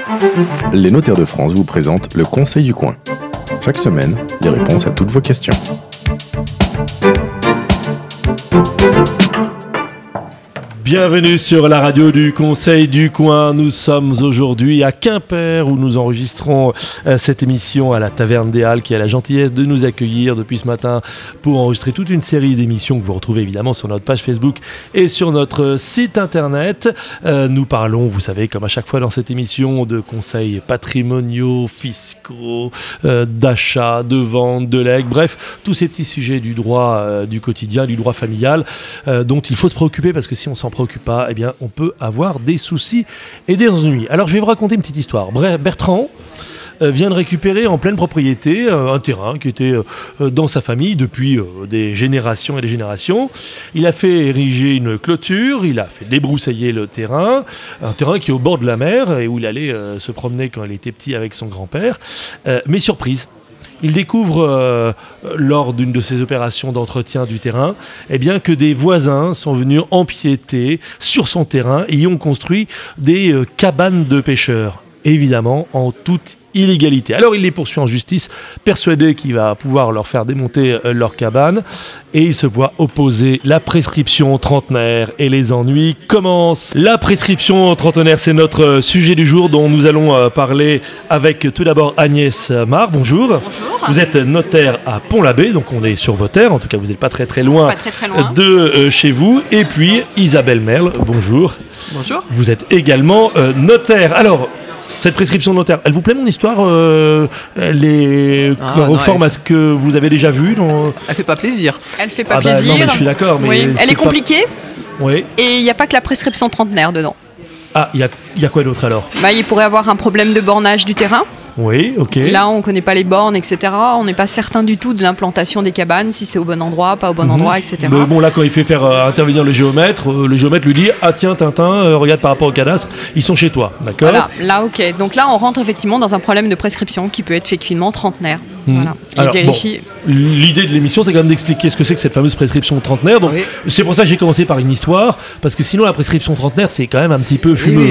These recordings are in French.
Les notaires de France vous présentent le Conseil du coin. Chaque semaine, les réponses à toutes vos questions. Bienvenue sur la radio du Conseil du coin. Nous sommes aujourd'hui à Quimper où nous enregistrons cette émission à la Taverne des Halles qui a la gentillesse de nous accueillir depuis ce matin pour enregistrer toute une série d'émissions que vous retrouvez évidemment sur notre page Facebook et sur notre site internet. Nous parlons, vous savez, comme à chaque fois dans cette émission, de conseils patrimoniaux, fiscaux, d'achat, de vente, de legs, bref, tous ces petits sujets du droit du quotidien, du droit familial dont il faut se préoccuper parce que si on s'en préoccupe pas, eh bien, on peut avoir des soucis et des ennuis. Alors, je vais vous raconter une petite histoire. Bertrand vient de récupérer en pleine propriété un terrain qui était dans sa famille depuis des générations et des générations. Il a fait ériger une clôture, il a fait débroussailler le terrain, un terrain qui est au bord de la mer et où il allait se promener quand il était petit avec son grand-père. Mais surprise, il découvre lors d'une de ses opérations d'entretien du terrain eh bien, que des voisins sont venus empiéter sur son terrain et y ont construit des cabanes de pêcheurs, évidemment en toute illégalité. Alors il les poursuit en justice, persuadé qu'il va pouvoir leur faire démonter leur cabane, et il se voit opposer la prescription trentenaire et les ennuis commencent. La prescription trentenaire, c'est notre sujet du jour dont nous allons parler avec tout d'abord Agnès Mar. Bonjour. Bonjour. Vous êtes notaire à Pont-l'Abbé, donc on est sur vos terres, en tout cas vous n'êtes pas très loin, de chez vous. Et puis Isabelle Merle, bonjour. Bonjour. Vous êtes également notaire. Alors, cette prescription notaire, elle vous plaît mon histoire Elle conforme à ce que vous avez déjà vu Elle fait pas plaisir. Elle fait pas plaisir. Non, mais je suis d'accord. Mais oui. Elle est compliquée. Oui. Et il n'y a pas que la prescription trentenaire dedans. Ah, il y a quoi d'autre alors ? Il pourrait avoir un problème de bornage du terrain. Oui, ok. Là, on ne connaît pas les bornes, etc. On n'est pas certain du tout de l'implantation des cabanes, si c'est au bon endroit, pas au bon endroit, etc. Mais bon, là, quand il fait faire intervenir le géomètre lui dit « Ah tiens, Tintin, regarde par rapport au cadastre, ils sont chez toi. » D'accord ? Voilà, là, ok. Donc là, on rentre effectivement dans un problème de prescription qui peut être effectivement trentenaire. Voilà. Alors, l'idée de l'émission, c'est quand même d'expliquer ce que c'est que cette fameuse prescription trentenaire. Donc, c'est pour ça que j'ai commencé par une histoire, parce que sinon, la prescription trentenaire, c'est quand même un petit peu fumeux.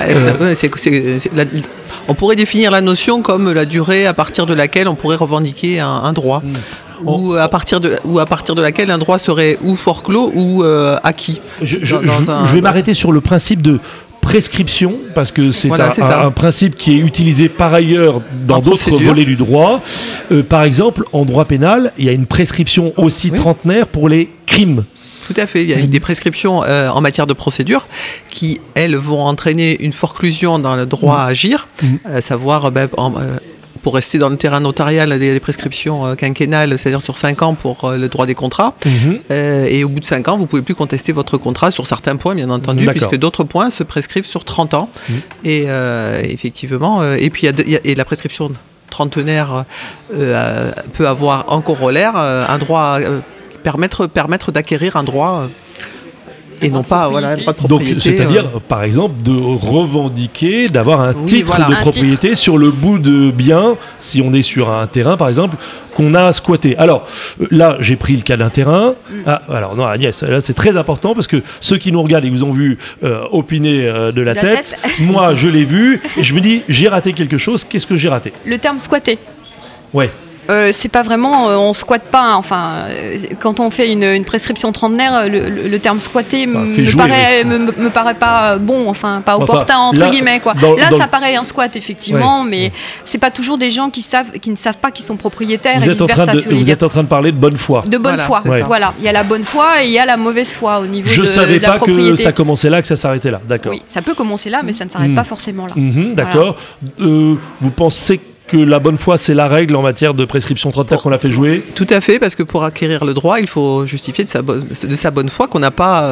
On pourrait définir la notion comme la durée à partir de laquelle on pourrait revendiquer un droit. Ou à partir de laquelle un droit serait ou forclos ou acquis. Je vais m'arrêter sur le principe de prescription, parce que c'est un principe qui est utilisé par ailleurs dans d'autres volets du droit. Par exemple, en droit pénal, il y a une prescription aussi trentenaire pour les crimes. Tout à fait, il y a des prescriptions en matière de procédure qui, elles, vont entraîner une forclusion dans le droit à agir, savoir... pour rester dans le terrain notarial, des prescriptions quinquennales, c'est-à-dire sur 5 ans pour le droit des contrats. Et au bout de 5 ans, vous ne pouvez plus contester votre contrat sur certains points, bien entendu, puisque d'autres points se prescrivent sur 30 ans. Et effectivement, et puis et la prescription trentenaire peut avoir en corollaire un droit, permettre d'acquérir un droit... Et non pas un droit de propriété. Donc, c'est-à-dire, par exemple, de revendiquer, d'avoir un titre de propriété sur le bout de bien, si on est sur un terrain, par exemple, qu'on a squatté. Alors, là, j'ai pris le cas d'un terrain. Alors, non, Agnès, là, c'est très important, parce que ceux qui nous regardent, ils vous ont vu opiner de la tête. Moi, je l'ai vu, et je me dis, j'ai raté quelque chose. Qu'est-ce que j'ai raté ? Le terme squatter. Ouais. C'est pas vraiment, on squatte pas. Quand on fait une prescription trentenaire, le terme squatter me paraît pas bon, pas opportun entre guillemets quoi. Ça paraît un squat effectivement, mais c'est pas toujours des gens qui ne savent pas qu'ils sont propriétaires et vice versa. Vous êtes en train de parler de bonne foi. De bonne foi. Voilà. Il y a la bonne foi et il y y a la mauvaise foi au niveau de la propriété. Je savais pas que ça commençait là, que ça s'arrêtait là. D'accord. Oui, ça peut commencer là, mais ça ne s'arrête pas forcément là. D'accord. Vous pensez que la bonne foi, c'est la règle en matière de prescription trentenaire qu'on a fait jouer ? Tout à fait, parce que pour acquérir le droit, il faut justifier de sa bonne foi qu'on n'a pas...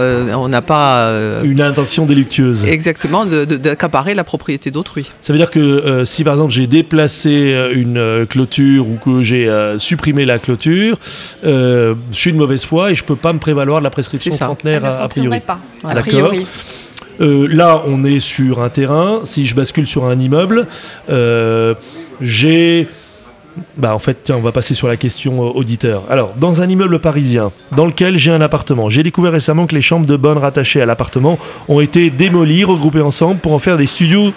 une intention délictueuse. Exactement, d'accaparer la propriété d'autrui. Ça veut dire que si par exemple j'ai déplacé une clôture ou que j'ai supprimé la clôture, je suis de mauvaise foi et je ne peux pas me prévaloir de la prescription trentenaire a priori. Pas, a priori. Là, on est sur un terrain. Si je bascule sur un immeuble, j'ai... en fait, tiens, on va passer sur la question auditeur. Alors, dans un immeuble parisien, dans lequel j'ai un appartement, j'ai découvert récemment que les chambres de bonne rattachées à l'appartement ont été démolies, regroupées ensemble pour en faire des studios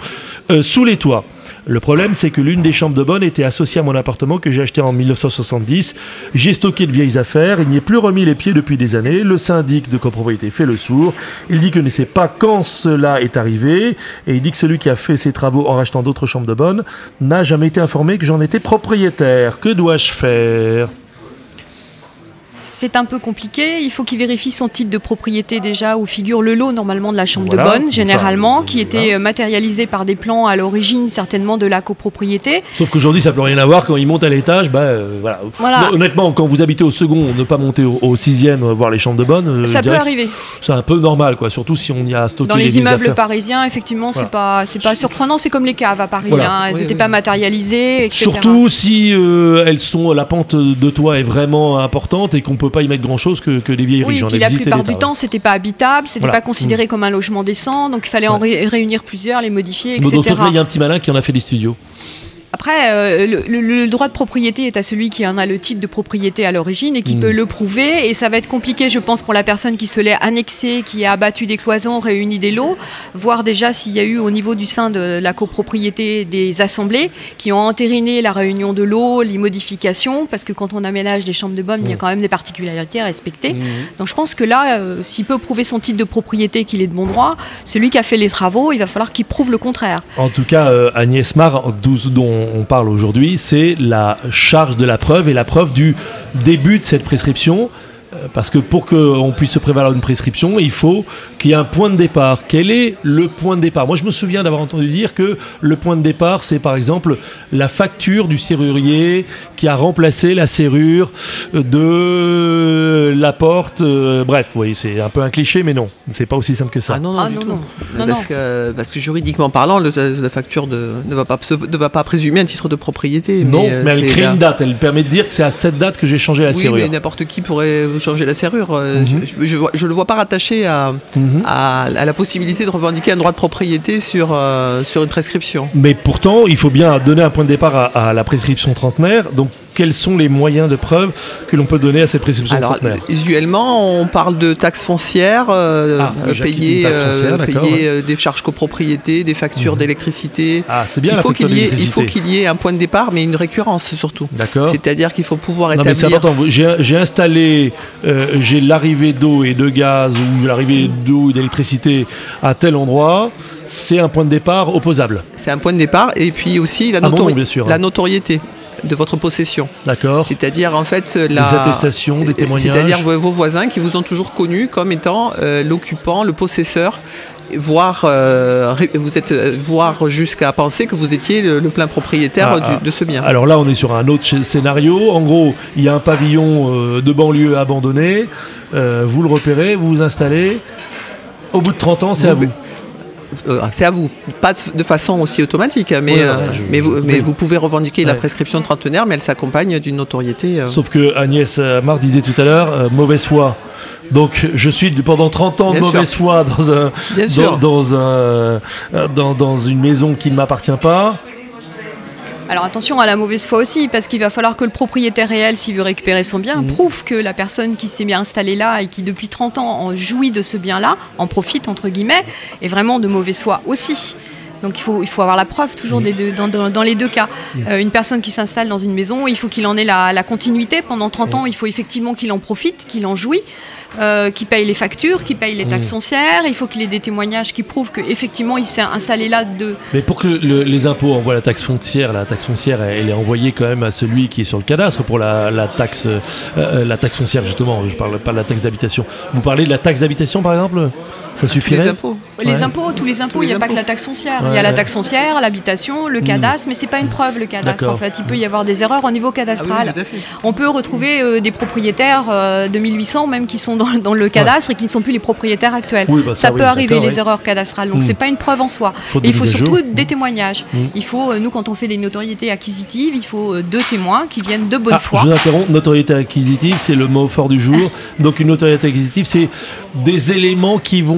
sous les toits. Le problème, c'est que l'une des chambres de bonne était associée à mon appartement que j'ai acheté en 1970. J'ai stocké de vieilles affaires, il n'y est plus remis les pieds depuis des années. Le syndic de copropriété fait le sourd. Il dit que ne sait pas quand cela est arrivé. Et il dit que celui qui a fait ses travaux en rachetant d'autres chambres de bonne n'a jamais été informé que j'en étais propriétaire. Que dois-je faire ? C'est un peu compliqué. Il faut qu'il vérifie son titre de propriété déjà où figure le lot normalement de la chambre de bonne, généralement, qui était matérialisé par des plans à l'origine certainement de la copropriété. Sauf qu'aujourd'hui, ça ne peut rien avoir. Quand il monte à l'étage, voilà. Non, honnêtement, quand vous habitez au second, ne pas monter au sixième, voir les chambres de bonne, ça peut arriver. C'est un peu normal, quoi. Surtout si on y a stocké dans les immeubles affaires. Parisiens, effectivement, c'est pas surprenant. C'est comme les caves à Paris. Elles n'étaient pas matérialisées, etc. Surtout si la pente de toit est vraiment importante et qu'on ne peut pas y mettre grand chose que des vieilleries. Oui, puis la plupart du temps, c'était pas habitable, c'était pas considéré comme un logement décent, donc il fallait en réunir plusieurs, les modifier, etc. Donc il y a un petit malin qui en a fait des studios. Après, le droit de propriété est à celui qui en a le titre de propriété à l'origine et qui peut le prouver. Et ça va être compliqué, je pense, pour la personne qui se l'est annexée, qui a abattu des cloisons, réuni des lots, voir déjà s'il y a eu au niveau du sein de la copropriété des assemblées qui ont entériné la réunion de lots, les modifications, parce que quand on aménage des chambres de bonne, il y a quand même des particularités à respecter. Donc je pense que là, s'il peut prouver son titre de propriété qu'il est de bon droit, celui qui a fait les travaux, il va falloir qu'il prouve le contraire. En tout cas, Agnès Mar, dont on parle aujourd'hui, c'est la charge de la preuve et la preuve du début de cette prescription. Parce que pour qu'on puisse se prévaloir d'une prescription, il faut qu'il y ait un point de départ. Quel est le point de départ ? Moi, je me souviens d'avoir entendu dire que le point de départ, c'est par exemple la facture du serrurier qui a remplacé la serrure de la porte. Bref, oui, c'est un peu un cliché, mais non, c'est pas aussi simple que ça. Ah non, du tout. Parce que juridiquement parlant, la facture ne va pas présumer un titre de propriété. Non, mais elle crée une date. Elle permet de dire que c'est à cette date que j'ai changé la serrure. Oui, mais n'importe qui pourrait changer la serrure. Je le vois pas rattaché à la possibilité de revendiquer un droit de propriété sur une prescription. Mais pourtant, il faut bien donner un point de départ à la prescription trentenaire. Donc, quels sont les moyens de preuve que l'on peut donner à cette prescription trentenaire ? Usuellement, on parle de taxes foncières, payer des charges copropriété, des factures d'électricité. Ah, c'est bien la facture d'électricité. Il faut qu'il y ait un point de départ, mais une récurrence surtout. D'accord. C'est-à-dire qu'il faut pouvoir établir... Mais c'est important. J'ai installé, j'ai l'arrivée d'eau et de gaz ou l'arrivée d'eau et d'électricité à tel endroit. C'est un point de départ opposable. C'est un point de départ et puis aussi la notoriété de votre possession. D'accord. C'est-à-dire en fait des attestations, des témoignages. C'est-à-dire vos voisins qui vous ont toujours connu comme étant l'occupant, le possesseur, voire jusqu'à penser que vous étiez le plein propriétaire de ce bien. Alors là, on est sur un autre scénario. En gros, il y a un pavillon de banlieue abandonné. Vous le repérez, vous vous installez. Au bout de 30 ans, c'est à vous. C'est à vous, pas de façon aussi automatique, mais vous pouvez revendiquer la prescription de trentenaire, mais elle s'accompagne d'une notoriété. Sauf que Agnès Mar disait tout à l'heure, mauvaise foi. Donc je suis pendant 30 ans de mauvaise foi dans une maison qui ne m'appartient pas. Alors attention à la mauvaise foi aussi, parce qu'il va falloir que le propriétaire réel, s'il veut récupérer son bien, prouve que la personne qui s'est bien installée là et qui depuis 30 ans en jouit de ce bien-là, en profite entre guillemets, est vraiment de mauvaise foi aussi. Donc il faut avoir la preuve toujours dans les deux cas. Une personne qui s'installe dans une maison, il faut qu'il en ait la continuité pendant 30 ans, il faut effectivement qu'il en profite, qu'il en jouit. Qui paye les factures, qui paye les taxes foncières. Il faut qu'il ait des témoignages qui prouvent qu'effectivement il s'est installé là de... Mais pour que les impôts envoient la taxe foncière, elle est envoyée quand même à celui qui est sur le cadastre pour la taxe foncière justement. Je parle pas de la taxe d'habitation. Vous parlez de la taxe d'habitation par exemple ? Ça suffirait ? Les impôts, tous les impôts, il n'y a pas que la taxe foncière. Il y a la taxe foncière, l'habitation, le cadastre, mais c'est pas une preuve le cadastre. D'accord. En fait, il peut y avoir des erreurs au niveau cadastral. On peut retrouver des propriétaires de 1800 même qui sont dans le cadastre et qui ne sont plus les propriétaires actuels. Ça peut arriver, les erreurs cadastrales. Donc c'est pas une preuve en soi. Et il faut surtout des témoignages. Il faut, nous quand on fait des notoriétés acquisitives, il faut 2 témoins qui viennent de bonne foi. Je vous interromps, notoriété acquisitive, c'est le mot fort du jour. Donc une notoriété acquisitive, c'est des éléments qui vont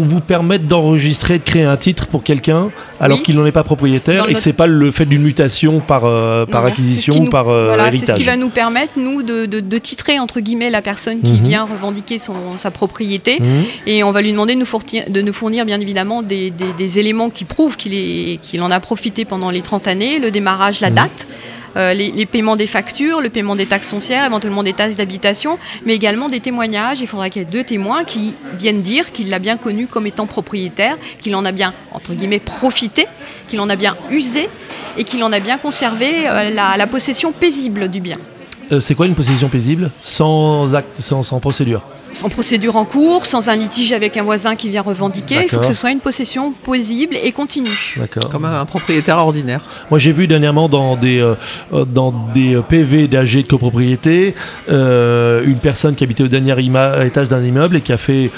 vous permettre d'enregistrer, de créer un titre pour quelqu'un alors qu'il n'en est pas propriétaire et que c'est pas le fait d'une mutation par acquisition ou par héritage. C'est ce qui va nous permettre, nous, de titrer, entre guillemets, la personne qui vient revendiquer sa propriété. Et on va lui demander de nous fournir, bien évidemment, des éléments qui prouvent qu'il en a profité pendant les 30 années, le démarrage, la date. Les paiements des factures, le paiement des taxes foncières, éventuellement des taxes d'habitation, mais également des témoignages. Il faudra qu'il y ait 2 témoins qui viennent dire qu'il l'a bien connu comme étant propriétaire, qu'il en a bien, entre guillemets, profité, qu'il en a bien usé et qu'il en a bien conservé la possession paisible du bien. C'est quoi une possession paisible sans acte, sans procédure ? Sans procédure en cours, sans un litige avec un voisin qui vient revendiquer. D'accord. Il faut que ce soit une possession paisible et continue. D'accord. Comme un propriétaire ordinaire. Moi, j'ai vu dernièrement dans des PV d'AG de copropriété une personne qui habitait au dernier étage d'un immeuble et qui a fait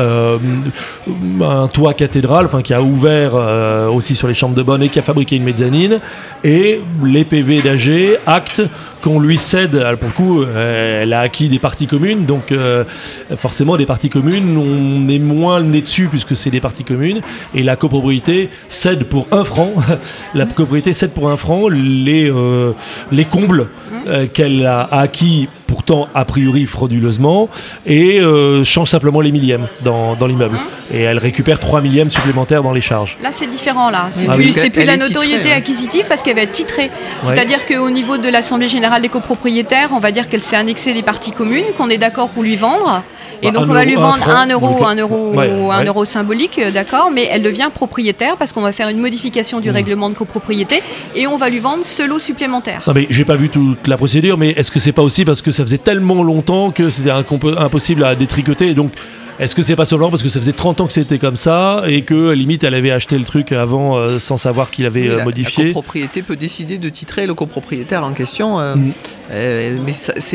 un toit cathédral, qui a ouvert aussi sur les chambres de bonne et qui a fabriqué une mezzanine. Et les PV d'AG actent qu'on lui cède. Alors pour le coup, elle a acquis des parties communes, donc forcément des parties communes, on est moins le nez dessus puisque c'est des parties communes, et la copropriété cède pour 1 franc. La copropriété cède pour 1 franc les combles qu'elle a acquis pourtant a priori frauduleusement et change simplement les millièmes dans l'immeuble. Et elle récupère 3 millièmes supplémentaires dans les charges. Là c'est différent là. C'est plus la notoriété acquisitive parce qu'elle va être titrée. C'est-à-dire qu'au niveau de l'Assemblée Générale des copropriétaires, on va dire qu'elle s'est annexée des parties communes, qu'on est d'accord pour lui vendre. Et donc on va lui vendre 1 euro symbolique, d'accord, mais elle devient propriétaire parce qu'on va faire une modification du règlement de copropriété et on va lui vendre ce lot supplémentaire. Non mais j'ai pas vu toute la procédure, mais est-ce que c'est pas aussi parce que ça faisait tellement longtemps que c'était impossible à détricoter et donc est-ce que c'est pas simplement parce que ça faisait 30 ans que c'était comme ça et que limite elle avait acheté le truc avant sans savoir qu'il avait modifié. La copropriété peut décider de titrer le copropriétaire en question, mais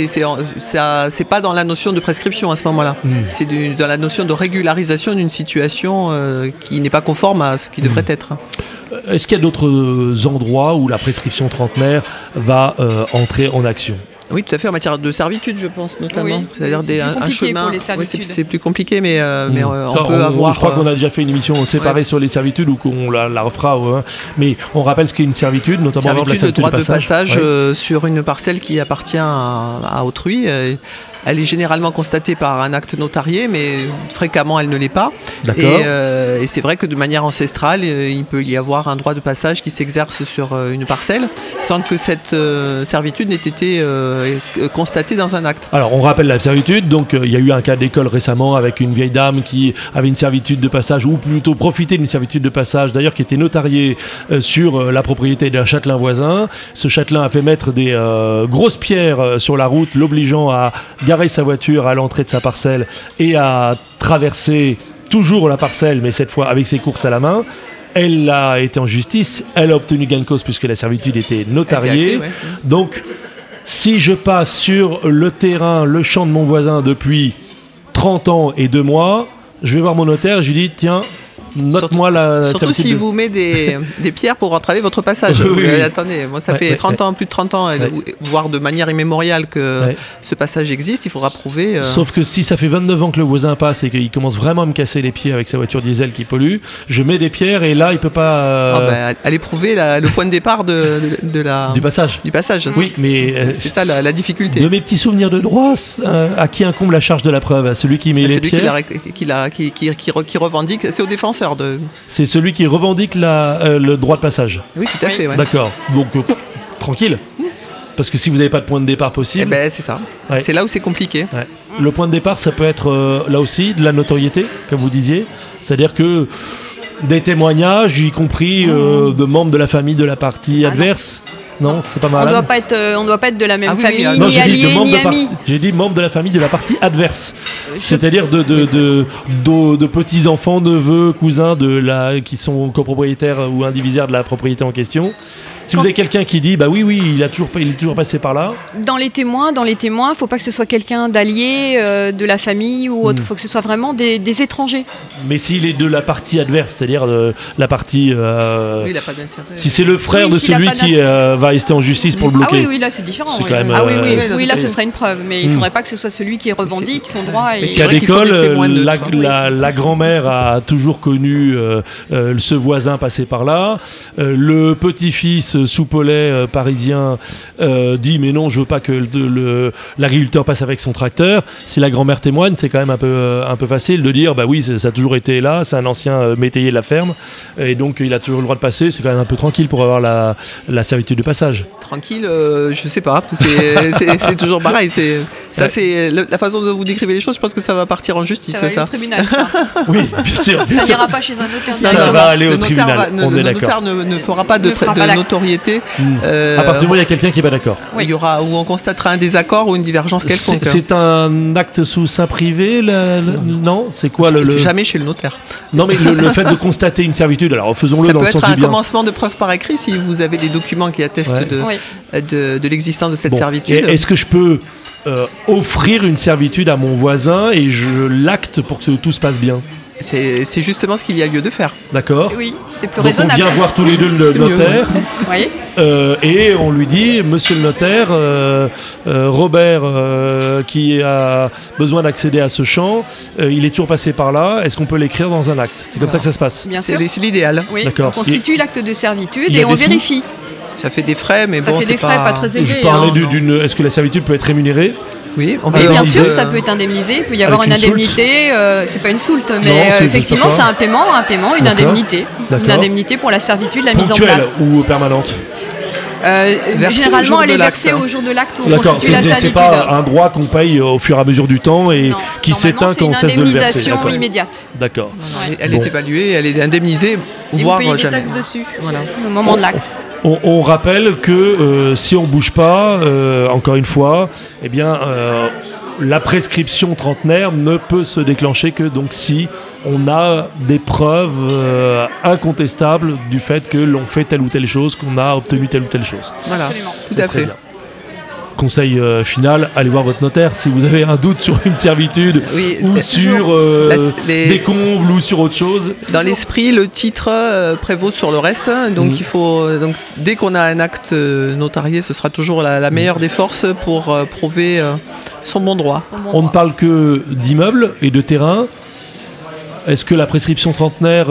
c'est pas dans la notion de prescription à ce moment-là. C'est dans la notion de régularisation d'une situation qui n'est pas conforme à ce qui devrait être. Est-ce qu'il y a d'autres endroits où la prescription trentenaire va entrer en action ? Oui, tout à fait, en matière de servitude, je pense, notamment. Oui, c'est un chemin. Pour les servitudes. C'est plus compliqué, mais on peut avoir... Je crois qu'on a déjà fait une émission séparée sur les servitudes ou qu'on la refera. Mais on rappelle ce qu'est une servitude, notamment avoir de la servitude de passage sur une parcelle qui appartient à autrui. Elle est généralement constatée par un acte notarié, mais fréquemment elle ne l'est pas. Et c'est vrai que de manière ancestrale, il peut y avoir un droit de passage qui s'exerce sur une parcelle sans que cette servitude n'ait été constatée dans un acte. Alors on rappelle la servitude, donc il y a eu un cas d'école récemment avec une vieille dame qui avait une servitude de passage, ou plutôt profité d'une servitude de passage, d'ailleurs qui était notariée sur la propriété d'un châtelain voisin. Ce châtelain a fait mettre des grosses pierres sur la route, l'obligeant à garer sa voiture à l'entrée de sa parcelle et à traverser toujours la parcelle, mais cette fois avec ses courses à la main. Elle a été en justice, elle a obtenu gain de cause puisque la servitude était notariée. Donc, si je passe sur le terrain, le champ de mon voisin depuis 30 ans et 2 mois, je vais voir mon notaire, je lui dis, tiens, note-moi la... Surtout s'il vous met des pierres pour entraver votre passage. Attendez, moi ça fait 30 ans, plus de 30 ans, voire de manière immémoriale que ce passage existe, il faudra prouver... Sauf que si ça fait 29 ans que le voisin passe et qu'il commence vraiment à me casser les pieds avec sa voiture diesel qui pollue, je mets des pierres et là il peut pas... Allez prouver le point de départ du passage. Du passage. Oui, mais... c'est ça la difficulté. De mes petits souvenirs de droit, à qui incombe la charge de la preuve ? À celui qui met les pierres ? Qui revendique, c'est au défenseur. C'est celui qui revendique le droit de passage. Oui, tout à fait. Ouais. D'accord. Donc, tranquille. Parce que si vous n'avez pas de point de départ possible... c'est ça. Ouais. C'est là où c'est compliqué. Ouais. Le point de départ, ça peut être, là aussi, de la notoriété, comme vous disiez. C'est-à-dire que des témoignages, y compris de membres de la famille de la partie adverse... Non, c'est pas mal. On ne doit pas être de la même famille, ni alliés, ni amis. J'ai dit membre de la famille de la partie adverse. C'est-à-dire de petits-enfants, neveux, cousins qui sont copropriétaires ou indivisaires de la propriété en question. Si vous avez quelqu'un qui dit, bah oui, il est toujours passé par là. Dans les témoins, il faut pas que ce soit quelqu'un d'allié, de la famille ou autre. Il faut que ce soit vraiment des étrangers. Mais s'il est de la partie adverse, c'est-à-dire de la partie... il n'a pas d'intérêt. Si c'est le frère de celui qui va va rester en justice pour le bloquer. Ah oui, là c'est différent. C'est quand même, oui, là ce serait une preuve, mais il ne faudrait pas que ce soit celui qui revendique son droit. Et qu'à l'école, la grand-mère a toujours connu ce voisin passé par là. Le petit-fils soupolais parisien dit mais non, je veux pas que l'agriculteur passe avec son tracteur. Si la grand-mère témoigne, c'est quand même un peu facile de dire bah oui, ça a toujours été là, c'est un ancien métayer de la ferme et donc il a toujours le droit de passer. C'est quand même un peu tranquille pour avoir la servitude de passage. Tranquille, je sais pas. C'est toujours pareil. C'est la façon dont vous décrivez les choses. Je pense que ça va partir en justice. Ça va aller au tribunal, ça. Oui, bien sûr. Ça n'ira pas chez un notaire. Ça va aller au tribunal. On est d'accord. Le notaire ne fera pas de notoriété. À partir du moment où il y a quelqu'un qui n'est pas d'accord. Oui. Il y aura où on constatera un désaccord ou une divergence quelconque. C'est un acte sous seing privé, non? C'est quoi Jamais chez le notaire. Non, mais le fait de constater une servitude. Alors faisons-le dans le sens du bien. Ça peut être un commencement de preuve par écrit si vous avez des documents qui attestent de l'existence de cette servitude. Est-ce que je peux offrir une servitude à mon voisin et je l'acte pour que tout se passe bien? C'est justement ce qu'il y a lieu de faire. D'accord. Oui, c'est plus raisonnable. On vient voir tous les deux le notaire. Oui. Et on lui dit, monsieur le notaire, Robert qui a besoin d'accéder à ce champ, il est toujours passé par là, est-ce qu'on peut l'écrire dans un acte? C'est comme ça que ça se passe. Bien sûr. C'est l'idéal. Oui. D'accord. On constitue l'acte de servitude et on vérifie. Ça fait des frais, mais ça fait des frais pas très élevés. Je parlais est-ce que la servitude peut être rémunérée? Oui, bien sûr, ça peut être indemnisé. Il peut y avoir une indemnité. C'est pas une soulte, mais effectivement, c'est un paiement, une indemnité. Une indemnité pour la servitude, la mise en place. Ou permanente? Généralement, elle est versée au jour de l'acte où on constitue la servitude. C'est pas un droit qu'on paye au fur et à mesure du temps et qui s'éteint quand on cesse de le verser. C'est une indemnisation immédiate. D'accord. Elle est évaluée, elle est indemnisée, voire jamais. On paye des taxes dessus au moment de l'acte. On rappelle que si on ne bouge pas, encore une fois, eh bien, la prescription trentenaire ne peut se déclencher que donc si on a des preuves incontestables du fait que l'on fait telle ou telle chose, qu'on a obtenu telle ou telle chose. Voilà, tout à fait. Bien. Conseil final, allez voir votre notaire si vous avez un doute sur une servitude ou sur des combles ou sur autre chose. Dans l'esprit, le titre prévaut sur le reste. Donc il faut, dès qu'on a un acte notarié, ce sera toujours la meilleure des forces pour prouver son bon droit. On ne parle que d'immeubles et de terrains. Est-ce que la prescription trentenaire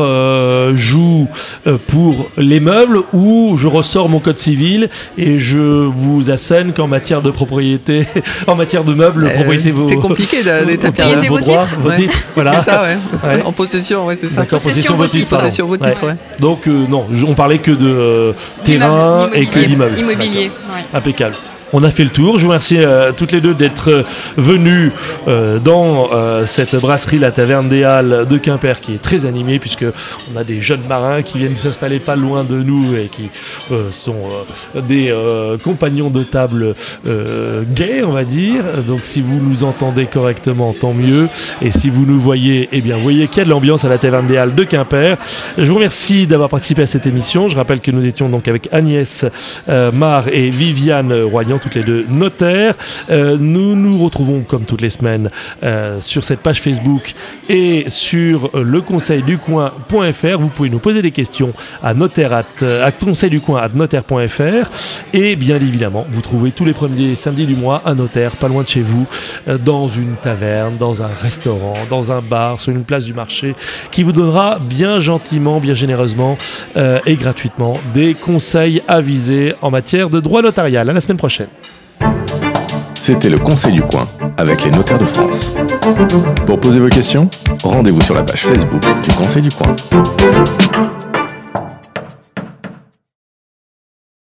joue pour les meubles ou je ressors mon code civil et je vous assène qu'en matière de propriété, en matière de meubles, propriété vos... C'est compliqué d'établir vos droits, vos titres. Voilà. C'est ça, ouais. En possession, c'est ça. D'accord, possession vos titres. Possession vos titres, ouais. Donc non, on parlait que de terrain et que d'immeubles. Immobilier. Impeccable. On a fait le tour. Je vous remercie toutes les deux d'être venues dans cette brasserie, la Taverne des Halles de Quimper, qui est très animée puisqu'on a des jeunes marins qui viennent s'installer pas loin de nous et qui sont des compagnons de table gays, on va dire. Donc si vous nous entendez correctement, tant mieux. Et si vous nous voyez, eh bien voyez qu'il y a de l'ambiance à la Taverne des Halles de Quimper. Je vous remercie d'avoir participé à cette émission. Je rappelle que nous étions donc avec Agnès Mar et Viviane Roignan, toutes les deux notaires. Nous nous retrouvons comme toutes les semaines sur cette page Facebook et sur leconseilducoin.fr. Vous pouvez nous poser des questions à conseilducoin@notaire.fr et bien évidemment vous trouvez tous les premiers samedis du mois un notaire pas loin de chez vous, dans une taverne, dans un restaurant, dans un bar, sur une place du marché, qui vous donnera bien gentiment, bien généreusement et gratuitement des conseils avisés en matière de droit notarial. À la semaine prochaine. C'était le Conseil du Coin avec les notaires de France. Pour poser vos questions, rendez-vous sur la page Facebook du Conseil du Coin.